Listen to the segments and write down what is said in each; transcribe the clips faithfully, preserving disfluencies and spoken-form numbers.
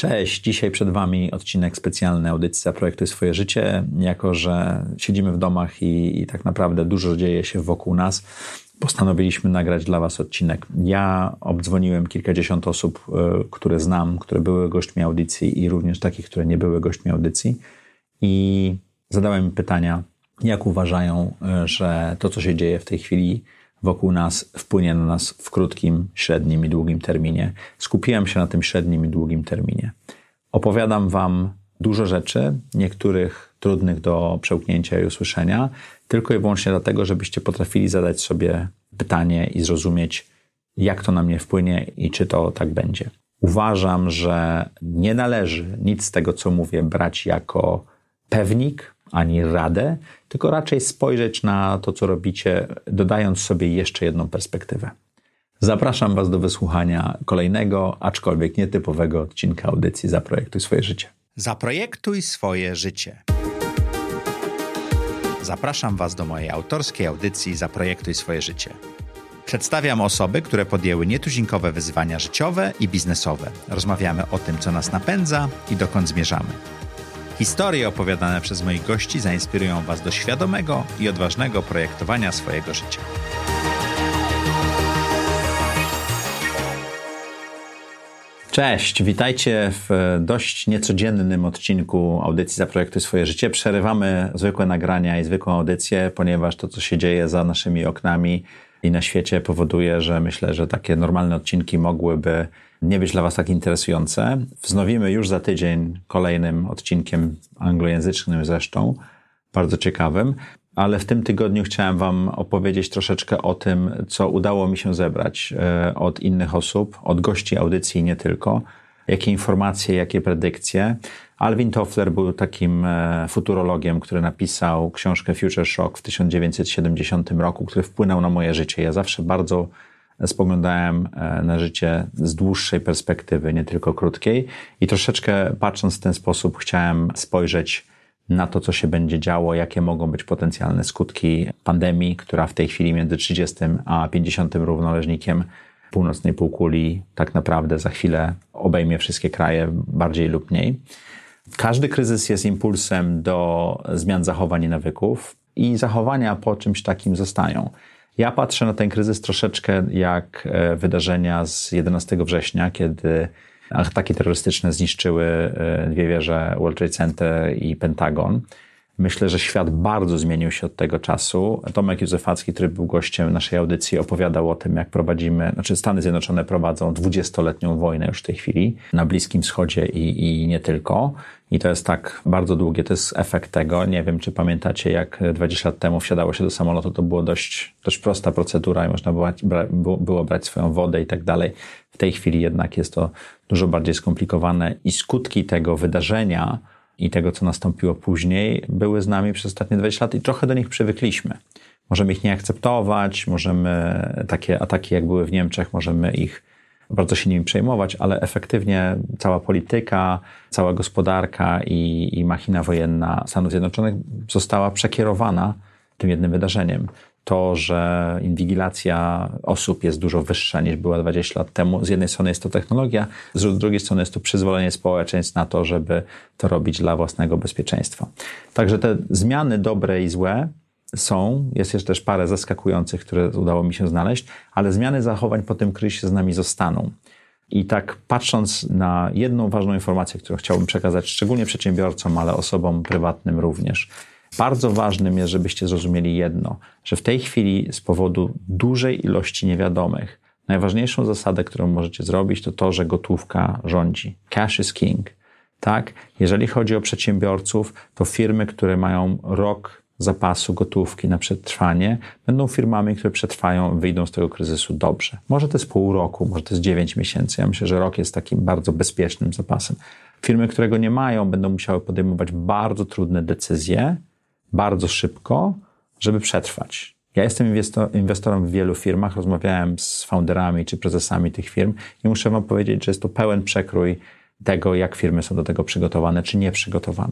Cześć, dzisiaj przed Wami odcinek specjalny audycji Zaprojektuj swoje życie. Jako że siedzimy w domach i, i tak naprawdę dużo dzieje się wokół nas, postanowiliśmy nagrać dla Was odcinek. Ja obdzwoniłem kilkadziesiąt osób, y, które znam, które były gośćmi audycji i również takich, które nie były gośćmi audycji i zadałem im pytania, jak uważają, y, że to, co się dzieje w tej chwili wokół nas, wpłynie na nas w krótkim, średnim i długim terminie. Skupiłem się na tym średnim i długim terminie. Opowiadam Wam dużo rzeczy, niektórych trudnych do przełknięcia i usłyszenia, tylko i wyłącznie dlatego, żebyście potrafili zadać sobie pytanie i zrozumieć, jak to na mnie wpłynie i czy to tak będzie. Uważam, że nie należy nic z tego, co mówię, brać jako pewnik, ani radę, tylko raczej spojrzeć na to, co robicie, dodając sobie jeszcze jedną perspektywę. Zapraszam Was do wysłuchania kolejnego, aczkolwiek nietypowego odcinka audycji Zaprojektuj swoje życie. Zaprojektuj swoje życie. Zapraszam Was do mojej autorskiej audycji Zaprojektuj swoje życie. Przedstawiam osoby, które podjęły nietuzinkowe wyzwania życiowe i biznesowe. Rozmawiamy o tym, co nas napędza i dokąd zmierzamy. Historie opowiadane przez moich gości zainspirują Was do świadomego i odważnego projektowania swojego życia. Cześć, witajcie w dość niecodziennym odcinku audycji Zaprojektuj swoje życie. Przerywamy zwykłe nagrania i zwykłą audycję, ponieważ to, co się dzieje za naszymi oknami i na świecie, powoduje, że myślę, że takie normalne odcinki mogłyby nie być dla Was tak interesujące. Wznowimy już za tydzień kolejnym odcinkiem anglojęzycznym zresztą, bardzo ciekawym, ale w tym tygodniu chciałem Wam opowiedzieć troszeczkę o tym, co udało mi się zebrać od innych osób, od gości audycji i nie tylko, jakie informacje, jakie predykcje. Alvin Toffler był takim futurologiem, który napisał książkę Future Shock w tysiąc dziewięćset siedemdziesiątym roku, który wpłynął na moje życie. Ja zawsze bardzo spoglądałem na życie z dłuższej perspektywy, nie tylko krótkiej i troszeczkę patrząc w ten sposób chciałem spojrzeć na to, co się będzie działo, jakie mogą być potencjalne skutki pandemii, która w tej chwili między trzydziestym a pięćdziesiątym równoleżnikiem północnej półkuli tak naprawdę za chwilę obejmie wszystkie kraje bardziej lub mniej. Każdy kryzys jest impulsem do zmian zachowań i nawyków i zachowania po czymś takim zostają. Ja patrzę na ten kryzys troszeczkę jak wydarzenia z jedenastego września, kiedy ataki terrorystyczne zniszczyły dwie wieże World Trade Center i Pentagon. Myślę, że świat bardzo zmienił się od tego czasu. Tomek Józefacki, który był gościem naszej audycji, opowiadał o tym, jak prowadzimy, znaczy Stany Zjednoczone prowadzą dwudziestoletnią wojnę już w tej chwili na Bliskim Wschodzie i, i nie tylko. I to jest tak bardzo długie, to jest efekt tego. Nie wiem, czy pamiętacie, jak dwadzieścia lat temu wsiadało się do samolotu, to było dość, dość prosta procedura i można było, było brać swoją wodę i tak dalej. W tej chwili jednak jest to dużo bardziej skomplikowane i skutki tego wydarzenia i tego, co nastąpiło później, były z nami przez ostatnie dwadzieścia lat i trochę do nich przywykliśmy. Możemy ich nie akceptować, możemy takie ataki, jak były w Niemczech, możemy ich bardzo się nimi przejmować, ale efektywnie cała polityka, cała gospodarka i, i machina wojenna Stanów Zjednoczonych została przekierowana tym jednym wydarzeniem. To, że inwigilacja osób jest dużo wyższa niż była dwadzieścia lat temu. Z jednej strony jest to technologia, z drugiej strony jest to przyzwolenie społeczeństw na to, żeby to robić dla własnego bezpieczeństwa. Także te zmiany dobre i złe są, jest jeszcze też parę zaskakujących, które udało mi się znaleźć, ale zmiany zachowań po tym kryzysie z nami zostaną. I tak patrząc na jedną ważną informację, którą chciałbym przekazać szczególnie przedsiębiorcom, ale osobom prywatnym również. Bardzo ważnym jest, żebyście zrozumieli jedno, że w tej chwili z powodu dużej ilości niewiadomych, najważniejszą zasadę, którą możecie zrobić, to to, że gotówka rządzi. Cash is king. Tak? Jeżeli chodzi o przedsiębiorców, to firmy, które mają rok zapasu gotówki na przetrwanie, będą firmami, które przetrwają, wyjdą z tego kryzysu dobrze. Może to jest pół roku, może to jest dziewięć miesięcy. Ja myślę, że rok jest takim bardzo bezpiecznym zapasem. Firmy, które go nie mają, będą musiały podejmować bardzo trudne decyzje, bardzo szybko, żeby przetrwać. Ja jestem inwestor, inwestorem w wielu firmach, rozmawiałem z founderami czy prezesami tych firm i muszę Wam powiedzieć, że jest to pełen przekrój tego, jak firmy są do tego przygotowane czy nieprzygotowane.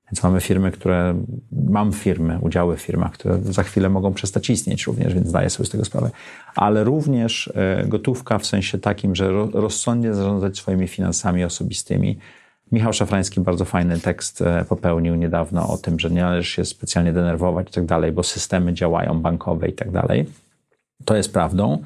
Więc mamy firmy, które, mam firmy, udziały w firmach, które za chwilę mogą przestać istnieć również, więc zdaję sobie z tego sprawę. Ale również gotówka w sensie takim, że rozsądnie zarządzać swoimi finansami osobistymi. Michał Szafrański bardzo fajny tekst popełnił niedawno o tym, że nie należy się specjalnie denerwować i tak dalej, bo systemy działają bankowe i tak dalej. To jest prawdą,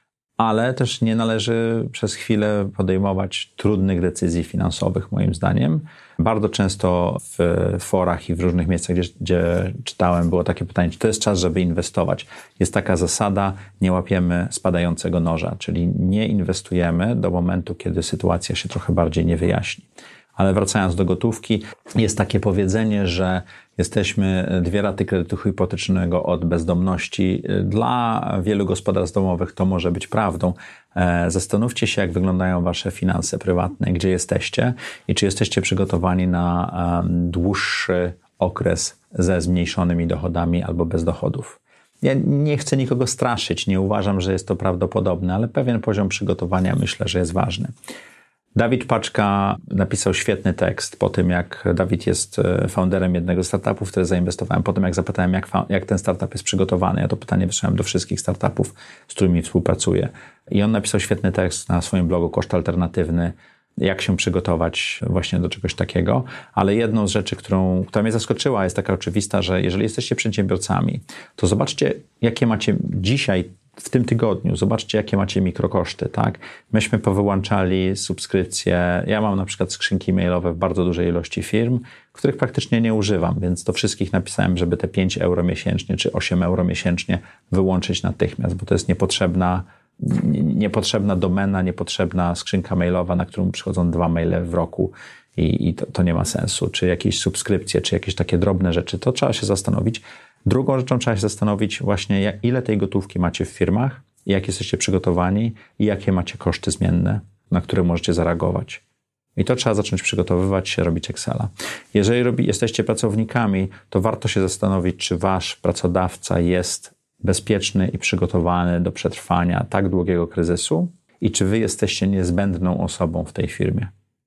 ale też nie należy przez chwilę podejmować trudnych decyzji finansowych, moim zdaniem. Bardzo często w forach i w różnych miejscach, gdzie, gdzie czytałem, było takie pytanie, czy to jest czas, żeby inwestować. Jest taka zasada, nie łapiemy spadającego noża, czyli nie inwestujemy do momentu, kiedy sytuacja się trochę bardziej nie wyjaśni. Ale wracając do gotówki, jest takie powiedzenie, że jesteśmy dwie raty kredytu hipotecznego od bezdomności. Dla wielu gospodarstw domowych to może być prawdą. Zastanówcie się, jak wyglądają wasze finanse prywatne, gdzie jesteście i czy jesteście przygotowani na dłuższy okres ze zmniejszonymi dochodami albo bez dochodów. Ja nie chcę nikogo straszyć, nie uważam, że jest to prawdopodobne, ale pewien poziom przygotowania myślę, że jest ważny. Dawid Paczka napisał świetny tekst po tym, jak Dawid jest founderem jednego z startupów, w które zainwestowałem, po tym jak zapytałem, jak, jak ten startup jest przygotowany. Ja to pytanie wysłałem do wszystkich startupów, z którymi współpracuję. I on napisał świetny tekst na swoim blogu Koszt Alternatywny, jak się przygotować właśnie do czegoś takiego. Ale jedną z rzeczy, którą, która mnie zaskoczyła, jest taka oczywista, że jeżeli jesteście przedsiębiorcami, to zobaczcie, jakie macie dzisiaj w tym tygodniu, zobaczcie, jakie macie mikrokoszty, tak? Myśmy powyłączali subskrypcje. Ja mam na przykład skrzynki mailowe w bardzo dużej ilości firm, których praktycznie nie używam, więc do wszystkich napisałem, żeby te pięć euro miesięcznie czy osiem euro miesięcznie wyłączyć natychmiast, bo to jest niepotrzebna, niepotrzebna domena, niepotrzebna skrzynka mailowa, na którą przychodzą dwa maile w roku i, i to, to nie ma sensu. Czy jakieś subskrypcje, czy jakieś takie drobne rzeczy, to trzeba się zastanowić. Drugą rzeczą trzeba się zastanowić właśnie, jak, ile tej gotówki macie w firmach, jak jesteście przygotowani i jakie macie koszty zmienne, na które możecie zareagować. I to trzeba zacząć przygotowywać się, robić Excela. Jeżeli robi, jesteście pracownikami, to warto się zastanowić, czy wasz pracodawca jest bezpieczny i przygotowany do przetrwania tak długiego kryzysu i czy wy jesteście niezbędną osobą w tej firmie.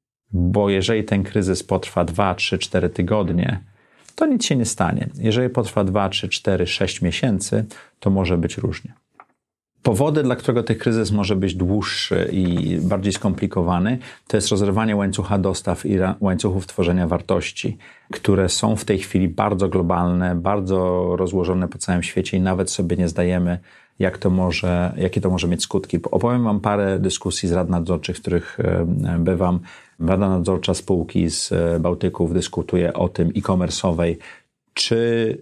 Bo jeżeli ten kryzys potrwa dwa, trzy, cztery tygodnie, to nic się nie stanie. Jeżeli potrwa dwa, trzy, cztery, sześć miesięcy, to może być różnie. Powody, dla którego ten kryzys może być dłuższy i bardziej skomplikowany, to jest rozerwanie łańcucha dostaw i łańcuchów tworzenia wartości, które są w tej chwili bardzo globalne, bardzo rozłożone po całym świecie i nawet sobie nie zdajemy, jak to może, jakie to może mieć skutki. Opowiem wam parę dyskusji z rad nadzorczych, w których bywam. Rada nadzorcza spółki z Bałtyków dyskutuje o tym e-commerce'owej, czy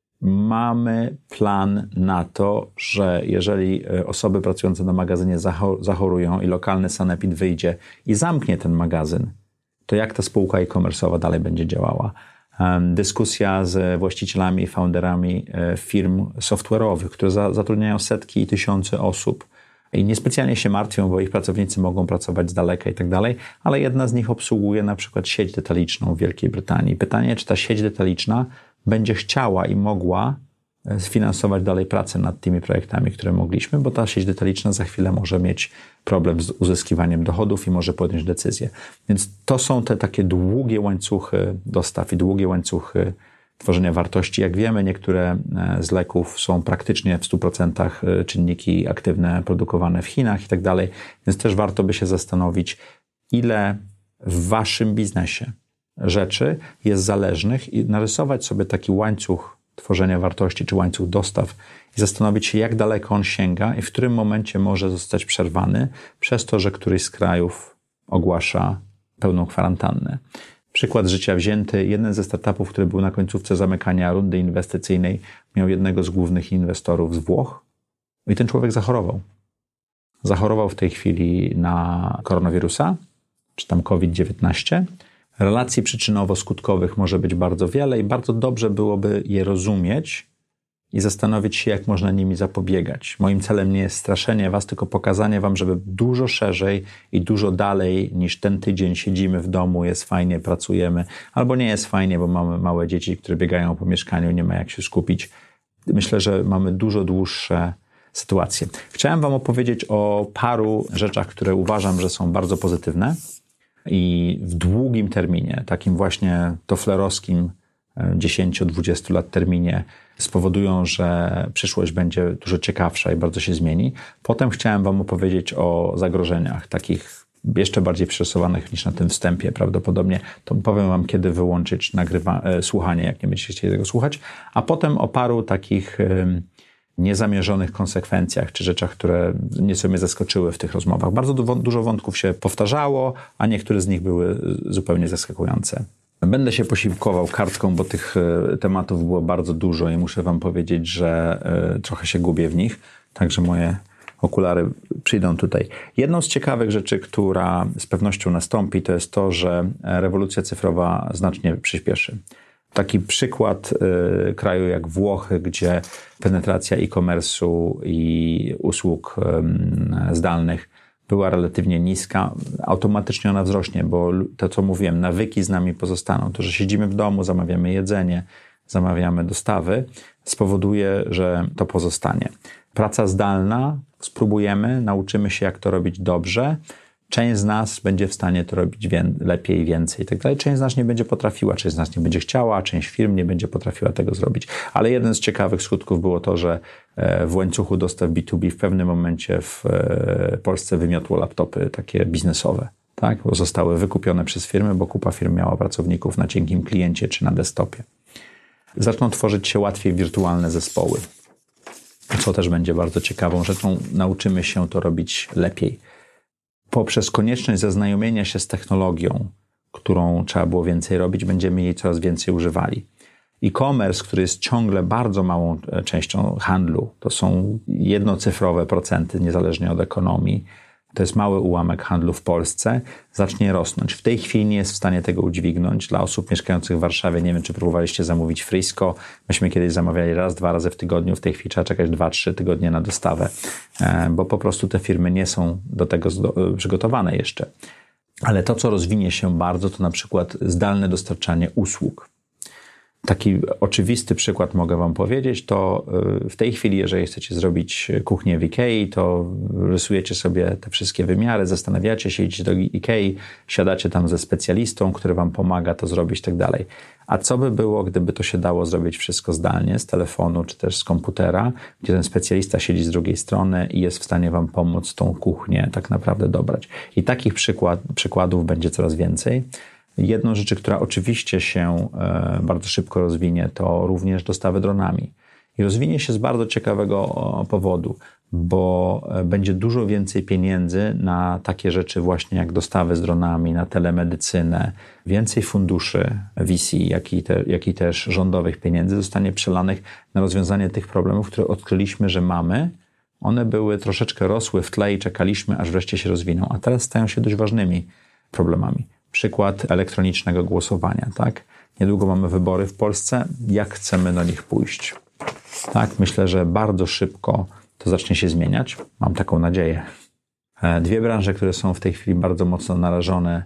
mamy plan na to, że jeżeli osoby pracujące na magazynie zachorują i lokalny sanepid wyjdzie i zamknie ten magazyn, to jak ta spółka e-commerce'owa dalej będzie działała? Dyskusja z właścicielami i founderami firm software'owych, które zatrudniają setki i tysiące osób i niespecjalnie się martwią, bo ich pracownicy mogą pracować z daleka i tak dalej, ale jedna z nich obsługuje na przykład sieć detaliczną w Wielkiej Brytanii. Pytanie, czy ta sieć detaliczna będzie chciała i mogła sfinansować dalej pracę nad tymi projektami, które mogliśmy, bo ta sieć detaliczna za chwilę może mieć problem z uzyskiwaniem dochodów i może podjąć decyzję. Więc to są te takie długie łańcuchy dostaw i długie łańcuchy tworzenia wartości. Jak wiemy, niektóre z leków są praktycznie w stu procentach czynniki aktywne produkowane w Chinach i tak dalej, więc też warto by się zastanowić, ile w waszym biznesie rzeczy jest zależnych i narysować sobie taki łańcuch tworzenia wartości czy łańcuch dostaw i zastanowić się, jak daleko on sięga i w którym momencie może zostać przerwany przez to, że któryś z krajów ogłasza pełną kwarantannę. Przykład z życia wzięty. Jeden ze startupów, który był na końcówce zamykania rundy inwestycyjnej, miał jednego z głównych inwestorów z Włoch i ten człowiek zachorował. Zachorował w tej chwili na koronawirusa, czy tam COVID dziewiętnaście. Relacji przyczynowo-skutkowych może być bardzo wiele i bardzo dobrze byłoby je rozumieć i zastanowić się, jak można nimi zapobiegać. Moim celem nie jest straszenie was, tylko pokazanie wam, żeby dużo szerzej i dużo dalej niż ten tydzień siedzimy w domu, jest fajnie, pracujemy, albo nie jest fajnie, bo mamy małe dzieci, które biegają po mieszkaniu, nie ma jak się skupić. Myślę, że mamy dużo dłuższe sytuacje. Chciałem wam opowiedzieć o paru rzeczach, które uważam, że są bardzo pozytywne i w długim terminie, takim właśnie toflerowskim dziesięć do dwudziestu lat terminie spowodują, że przyszłość będzie dużo ciekawsza i bardzo się zmieni. Potem chciałem wam opowiedzieć o zagrożeniach, takich jeszcze bardziej przerysowanych niż na tym wstępie prawdopodobnie. To powiem wam, kiedy wyłączyć nagrywa, słuchanie, jak nie będziecie chcieli tego słuchać. A potem o paru takich niezamierzonych konsekwencjach, czy rzeczach, które nieco mnie zaskoczyły w tych rozmowach. Bardzo dużo wątków się powtarzało, a niektóre z nich były zupełnie zaskakujące. Będę się posiłkował kartką, bo tych tematów było bardzo dużo i muszę wam powiedzieć, że trochę się gubię w nich, także moje okulary przyjdą tutaj. Jedną z ciekawych rzeczy, która z pewnością nastąpi, to jest to, że rewolucja cyfrowa znacznie przyspieszy. Taki przykład y, kraju jak Włochy, gdzie penetracja e-commerce'u i usług y, zdalnych była relatywnie niska, automatycznie ona wzrośnie, bo to, co mówiłem, nawyki z nami pozostaną. To, że siedzimy w domu, zamawiamy jedzenie, zamawiamy dostawy, spowoduje, że to pozostanie. Praca zdalna, spróbujemy, nauczymy się, jak to robić dobrze. Część z nas będzie w stanie to robić wię- lepiej, więcej i tak dalej. Część z nas nie będzie potrafiła, część z nas nie będzie chciała, część firm nie będzie potrafiła tego zrobić. Ale jeden z ciekawych skutków było to, że w łańcuchu dostaw B dwa B w pewnym momencie w Polsce wymiotło laptopy takie biznesowe. Tak? Bo zostały wykupione przez firmy, bo kupa firm miała pracowników na cienkim kliencie czy na desktopie. Zaczną tworzyć się łatwiej wirtualne zespoły, co też będzie bardzo ciekawą rzeczą. Nauczymy się to robić lepiej. Poprzez konieczność zaznajomienia się z technologią, którą trzeba było więcej robić, będziemy jej coraz więcej używali. E-commerce, który jest ciągle bardzo małą częścią handlu, to są jednocyfrowe procenty, niezależnie od ekonomii, to jest mały ułamek handlu w Polsce, zacznie rosnąć. W tej chwili nie jest w stanie tego udźwignąć. Dla osób mieszkających w Warszawie, nie wiem, czy próbowaliście zamówić Frisco. Myśmy kiedyś zamawiali raz, dwa razy w tygodniu. W tej chwili trzeba czekać dwa, trzy tygodnie na dostawę, bo po prostu te firmy nie są do tego przygotowane jeszcze. Ale to, co rozwinie się bardzo, to na przykład zdalne dostarczanie usług. Taki oczywisty przykład mogę wam powiedzieć, to w tej chwili, jeżeli chcecie zrobić kuchnię w Ikei, to rysujecie sobie te wszystkie wymiary, zastanawiacie się, idziecie do Ikei, siadacie tam ze specjalistą, który wam pomaga to zrobić i tak dalej. A co by było, gdyby to się dało zrobić wszystko zdalnie, z telefonu czy też z komputera, gdzie ten specjalista siedzi z drugiej strony i jest w stanie wam pomóc tą kuchnię tak naprawdę dobrać. I takich przykład, przykładów będzie coraz więcej. Jedną rzecz, która oczywiście się bardzo szybko rozwinie, to również dostawy dronami. I rozwinie się z bardzo ciekawego powodu, bo będzie dużo więcej pieniędzy na takie rzeczy właśnie jak dostawy z dronami, na telemedycynę, więcej funduszy V C, jak i, te, jak i też rządowych pieniędzy zostanie przelanych na rozwiązanie tych problemów, które odkryliśmy, że mamy. One były troszeczkę rosły w tle i czekaliśmy, aż wreszcie się rozwiną, a teraz stają się dość ważnymi problemami. Przykład elektronicznego głosowania, tak? Niedługo mamy wybory w Polsce. Jak chcemy do nich pójść? Tak, myślę, że bardzo szybko to zacznie się zmieniać. Mam taką nadzieję. Dwie branże, które są w tej chwili bardzo mocno narażone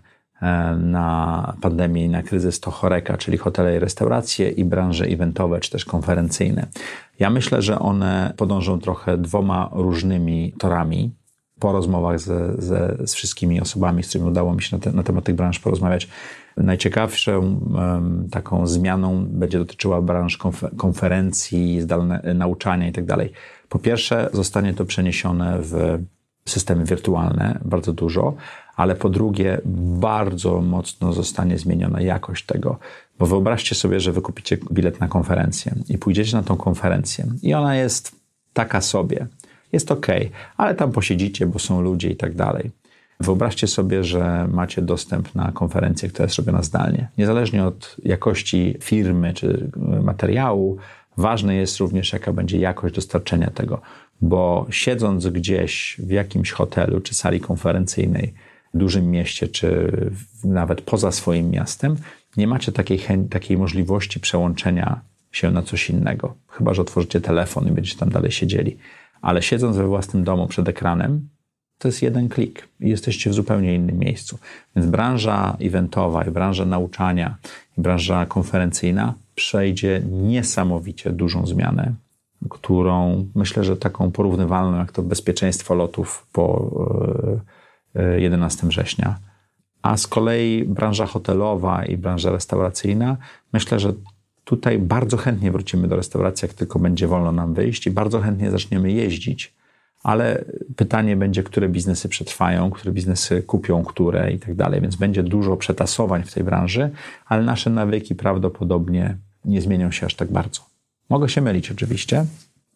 na pandemię i na kryzys, to HoReCa, czyli hotele i restauracje, i branże eventowe, czy też konferencyjne. Ja myślę, że one podążą trochę dwoma różnymi torami. Po rozmowach ze, ze, z wszystkimi osobami, z którymi udało mi się na, te, na temat tych branż porozmawiać, najciekawszą um, taką zmianą będzie dotyczyła branż konfer- konferencji, zdalne nauczania i tak dalej. Po pierwsze, zostanie to przeniesione w systemy wirtualne, bardzo dużo, ale po drugie, bardzo mocno zostanie zmieniona jakość tego. Bo wyobraźcie sobie, że wy kupicie bilet na konferencję i pójdziecie na tą konferencję i ona jest taka sobie. Jest okej, ale tam posiedzicie, bo są ludzie i tak dalej. Wyobraźcie sobie, że macie dostęp na konferencję, która jest robiona zdalnie. Niezależnie od jakości firmy czy materiału, ważne jest również, jaka będzie jakość dostarczenia tego. Bo siedząc gdzieś w jakimś hotelu czy sali konferencyjnej w dużym mieście, czy nawet poza swoim miastem, nie macie takiej, chę- takiej możliwości przełączenia się na coś innego. Chyba że otworzycie telefon i będziecie tam dalej siedzieli. Ale siedząc we własnym domu przed ekranem, to jest jeden klik i jesteście w zupełnie innym miejscu. Więc branża eventowa i branża nauczania i branża konferencyjna przejdzie niesamowicie dużą zmianę, którą myślę, że taką porównywalną jak to bezpieczeństwo lotów po jedenastego września. A z kolei branża hotelowa i branża restauracyjna, myślę, że tutaj bardzo chętnie wrócimy do restauracji, jak tylko będzie wolno nam wyjść i bardzo chętnie zaczniemy jeździć, ale pytanie będzie, które biznesy przetrwają, które biznesy kupią, które i tak dalej, więc będzie dużo przetasowań w tej branży, ale nasze nawyki prawdopodobnie nie zmienią się aż tak bardzo. Mogę się mylić oczywiście,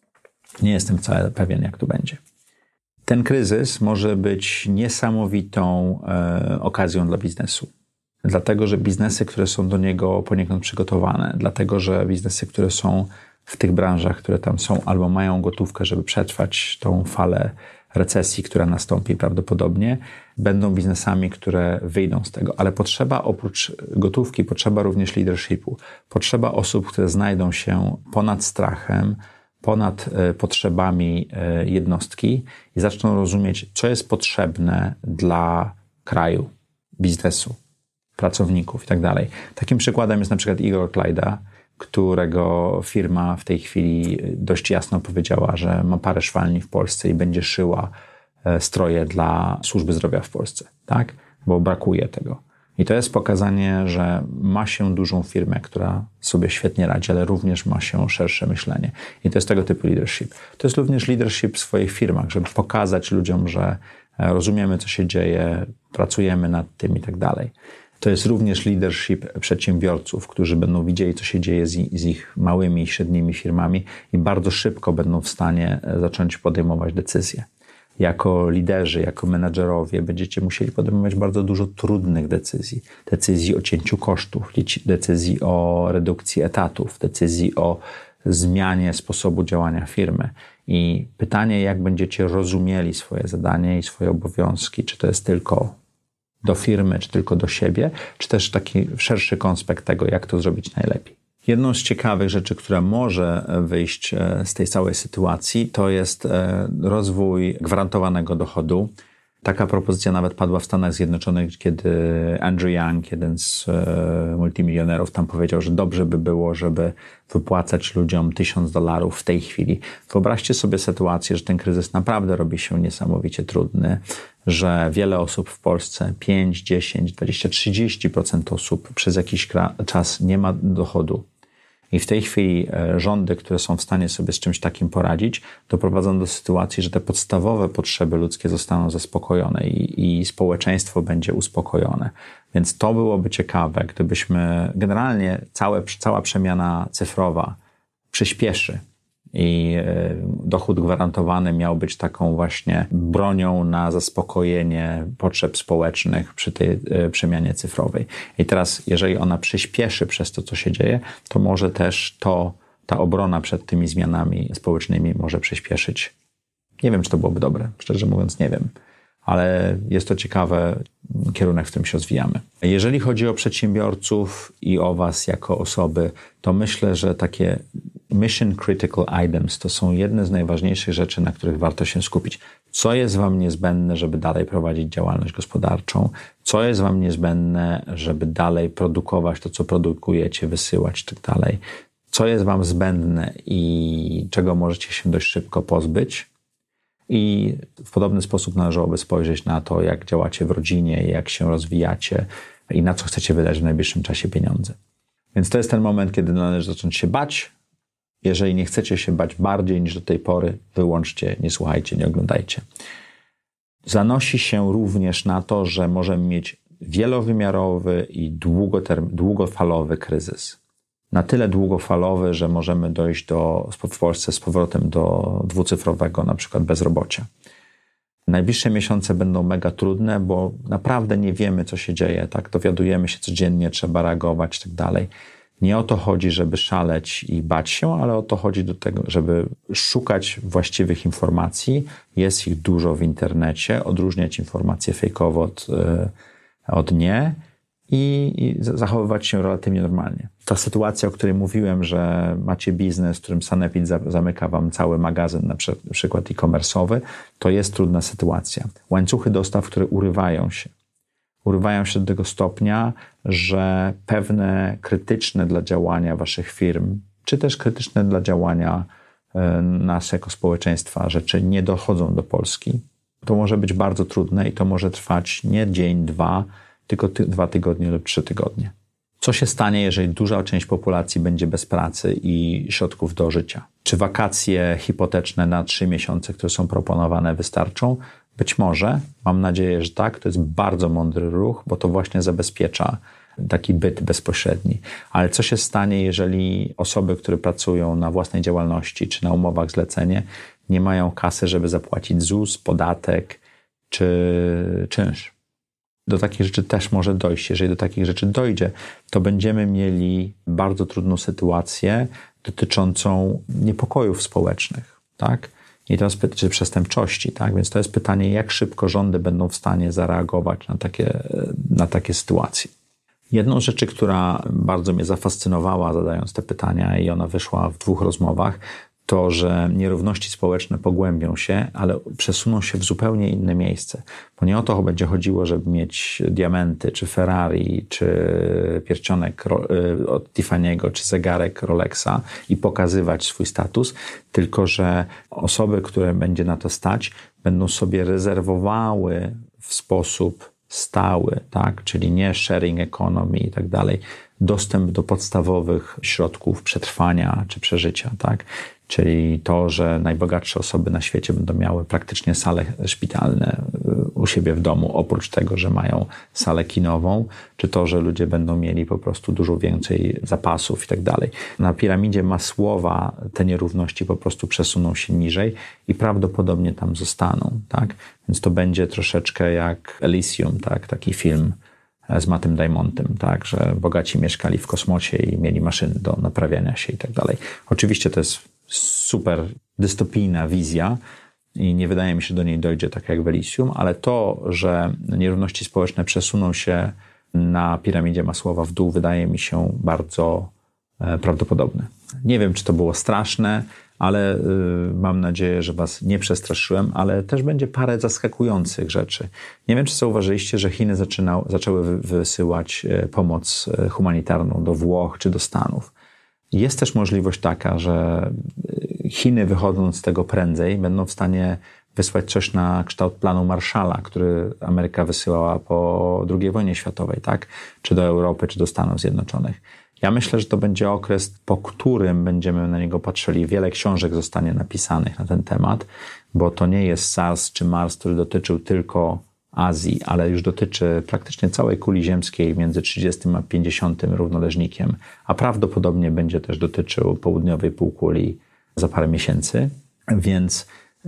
nie jestem wcale pewien, jak to będzie. Ten kryzys może być niesamowitą e, okazją dla biznesu. Dlatego, że biznesy, które są do niego poniekąd przygotowane, dlatego, że biznesy, które są w tych branżach, które tam są, albo mają gotówkę, żeby przetrwać tą falę recesji, która nastąpi prawdopodobnie, będą biznesami, które wyjdą z tego. Ale potrzeba oprócz gotówki, potrzeba również leadershipu. Potrzeba osób, które znajdą się ponad strachem, ponad potrzebami jednostki i zaczną rozumieć, co jest potrzebne dla kraju, biznesu, pracowników i tak dalej. Takim przykładem jest na przykład Igor Klajda, którego firma w tej chwili dość jasno powiedziała, że ma parę szwalni w Polsce i będzie szyła stroje dla służby zdrowia w Polsce, tak? Bo brakuje tego. I to jest pokazanie, że ma się dużą firmę, która sobie świetnie radzi, ale również ma się szersze myślenie. I to jest tego typu leadership. To jest również leadership w swoich firmach, żeby pokazać ludziom, że rozumiemy, co się dzieje, pracujemy nad tym i tak dalej. To jest również leadership przedsiębiorców, którzy będą widzieli, co się dzieje z, z ich małymi i średnimi firmami i bardzo szybko będą w stanie zacząć podejmować decyzje. Jako liderzy, jako menadżerowie będziecie musieli podejmować bardzo dużo trudnych decyzji. Decyzji o cięciu kosztów, decyzji o redukcji etatów, decyzji o zmianie sposobu działania firmy. I pytanie, jak będziecie rozumieli swoje zadanie i swoje obowiązki, czy to jest tylko do firmy, czy tylko do siebie, czy też taki szerszy konspekt tego, jak to zrobić najlepiej. Jedną z ciekawych rzeczy, która może wyjść z tej całej sytuacji, to jest rozwój gwarantowanego dochodu. Taka propozycja nawet padła w Stanach Zjednoczonych, kiedy Andrew Yang, jeden z multimilionerów, tam powiedział, że dobrze by było, żeby wypłacać ludziom tysiąc dolarów w tej chwili. Wyobraźcie sobie sytuację, że ten kryzys naprawdę robi się niesamowicie trudny, że wiele osób w Polsce, pięć, dziesięć, dwadzieścia, trzydzieści procent osób przez jakiś czas nie ma dochodu. I w tej chwili rządy, które są w stanie sobie z czymś takim poradzić, doprowadzą do sytuacji, że te podstawowe potrzeby ludzkie zostaną zaspokojone i, i społeczeństwo będzie uspokojone. Więc to byłoby ciekawe, gdybyśmy generalnie całe, cała przemiana cyfrowa przyspieszy i dochód gwarantowany miał być taką właśnie bronią na zaspokojenie potrzeb społecznych przy tej przemianie cyfrowej. I teraz, jeżeli ona przyspieszy przez to, co się dzieje, to może też to, ta obrona przed tymi zmianami społecznymi może przyspieszyć. Nie wiem, czy to byłoby dobre. Szczerze mówiąc, nie wiem. Ale jest to ciekawy kierunek, w którym się rozwijamy. Jeżeli chodzi o przedsiębiorców i o was jako osoby, to myślę, że takie mission critical items to są jedne z najważniejszych rzeczy, na których warto się skupić. Co jest wam niezbędne, żeby dalej prowadzić działalność gospodarczą? Co jest wam niezbędne, żeby dalej produkować to, co produkujecie, wysyłać i tak dalej? Co jest wam zbędne i czego możecie się dość szybko pozbyć? I w podobny sposób należałoby spojrzeć na to, jak działacie w rodzinie, jak się rozwijacie i na co chcecie wydać w najbliższym czasie pieniądze. Więc to jest ten moment, kiedy należy zacząć się bać. Jeżeli nie chcecie się bać bardziej niż do tej pory, wyłączcie, nie słuchajcie, nie oglądajcie. Zanosi się również na to, że możemy mieć wielowymiarowy i długoterm- długofalowy kryzys. Na tyle długofalowy, że możemy dojść do, w Polsce z powrotem do dwucyfrowego na przykład bezrobocia. Najbliższe miesiące będą mega trudne, bo naprawdę nie wiemy, co się dzieje. Tak, dowiadujemy się codziennie, trzeba reagować i tak dalej. Nie o to chodzi, żeby szaleć i bać się, ale o to chodzi do tego, żeby szukać właściwych informacji. Jest ich dużo w internecie, odróżniać informacje fejkowe od, od nie i, i zachowywać się relatywnie normalnie. Ta sytuacja, o której mówiłem, że macie biznes, w którym Sanepid zamyka wam cały magazyn, na przykład e-commerce'owy, to jest trudna sytuacja. Łańcuchy dostaw, które urywają się. Urywają się do tego stopnia, że pewne krytyczne dla działania waszych firm, czy też krytyczne dla działania nas jako społeczeństwa rzeczy nie dochodzą do Polski. To może być bardzo trudne i to może trwać nie dzień, dwa, tylko ty, dwa tygodnie lub trzy tygodnie. Co się stanie, jeżeli duża część populacji będzie bez pracy i środków do życia? Czy wakacje hipoteczne na trzy miesiące, które są proponowane, wystarczą? Być może. Mam nadzieję, że tak. To jest bardzo mądry ruch, bo to właśnie zabezpiecza taki byt bezpośredni. Ale co się stanie, jeżeli osoby, które pracują na własnej działalności czy na umowach zlecenie, nie mają kasy, żeby zapłacić Z U S, podatek czy czynsz? Do takich rzeczy też może dojść. Jeżeli do takich rzeczy dojdzie, to będziemy mieli bardzo trudną sytuację dotyczącą niepokojów społecznych, tak? I teraz czy przestępczości, tak? Więc to jest pytanie, jak szybko rządy będą w stanie zareagować na takie, na takie sytuacje. Jedną z rzeczy, która bardzo mnie zafascynowała zadając te pytania i ona wyszła w dwóch rozmowach, to, że nierówności społeczne pogłębią się, ale przesuną się w zupełnie inne miejsce. Bo nie o to będzie chodziło, żeby mieć diamenty, czy Ferrari, czy pierścionek od Tiffany'ego, czy zegarek Rolexa i pokazywać swój status, tylko że osoby, które będzie na to stać, będą sobie rezerwowały w sposób stały, tak, czyli nie sharing economy i tak dalej, dostęp do podstawowych środków przetrwania czy przeżycia, tak? Czyli to, że najbogatsze osoby na świecie będą miały praktycznie sale szpitalne u siebie w domu, oprócz tego, że mają salę kinową, czy to, że ludzie będą mieli po prostu dużo więcej zapasów i tak dalej. Na piramidzie Masłowa te nierówności po prostu przesuną się niżej i prawdopodobnie tam zostaną, tak? Więc to będzie troszeczkę jak Elysium, tak? Taki film z Mattem Damontem, tak, że bogaci mieszkali w kosmosie i mieli maszyny do naprawiania się i tak dalej. Oczywiście to jest super dystopijna wizja i nie wydaje mi się, że do niej dojdzie tak jak w Elysium, ale to, że nierówności społeczne przesuną się na piramidzie Masłowa w dół, wydaje mi się bardzo prawdopodobne. Nie wiem, czy to było straszne, ale y, mam nadzieję, że was nie przestraszyłem, ale też będzie parę zaskakujących rzeczy. Nie wiem, czy zauważyliście, że Chiny zaczynał, zaczęły wy, wysyłać pomoc humanitarną do Włoch czy do Stanów. Jest też możliwość taka, że Chiny, wychodząc z tego prędzej, będą w stanie wysłać coś na kształt planu Marshalla, który Ameryka wysyłała po drugiej wojnie światowej, tak? Czy do Europy, czy do Stanów Zjednoczonych. Ja myślę, że to będzie okres, po którym będziemy na niego patrzyli. Wiele książek zostanie napisanych na ten temat, bo to nie jest SARS czy MERS, który dotyczył tylko Azji, ale już dotyczy praktycznie całej kuli ziemskiej między trzydziestym a pięćdziesiątym równoleżnikiem, a prawdopodobnie będzie też dotyczył południowej półkuli za parę miesięcy. Więc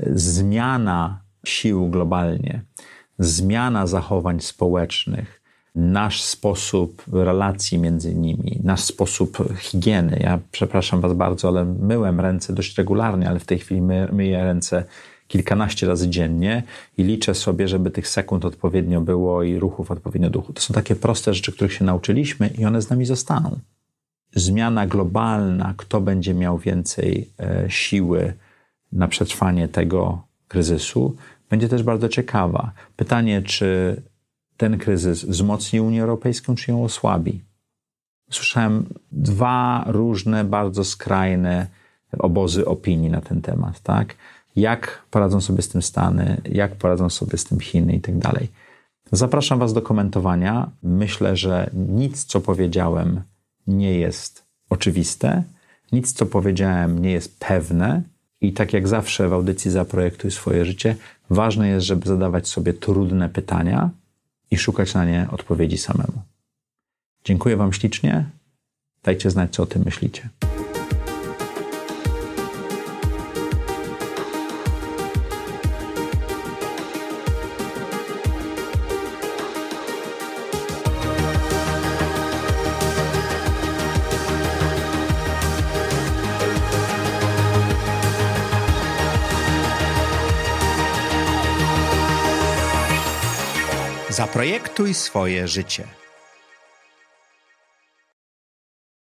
zmiana sił globalnie, zmiana zachowań społecznych, nasz sposób relacji między nimi, nasz sposób higieny. Ja przepraszam was bardzo, ale myłem ręce dość regularnie, ale w tej chwili my, myję ręce kilkanaście razy dziennie i liczę sobie, żeby tych sekund odpowiednio było i ruchów odpowiednio duchu. To są takie proste rzeczy, których się nauczyliśmy i one z nami zostaną. Zmiana globalna, kto będzie miał więcej e, siły na przetrwanie tego kryzysu, będzie też bardzo ciekawa. Pytanie, czy ten kryzys wzmocni Unię Europejską, czy ją osłabi? Słyszałem dwa różne, bardzo skrajne obozy opinii na ten temat, tak? Jak poradzą sobie z tym Stany, jak poradzą sobie z tym Chiny i tak dalej. Zapraszam was do komentowania. Myślę, że nic, co powiedziałem, nie jest oczywiste. Nic, co powiedziałem, nie jest pewne. I tak jak zawsze w audycji Zaprojektuj swoje życie, ważne jest, żeby zadawać sobie trudne pytania i szukać na nie odpowiedzi samemu. Dziękuję wam ślicznie. Dajcie znać, co o tym myślicie. Zaprojektuj swoje życie.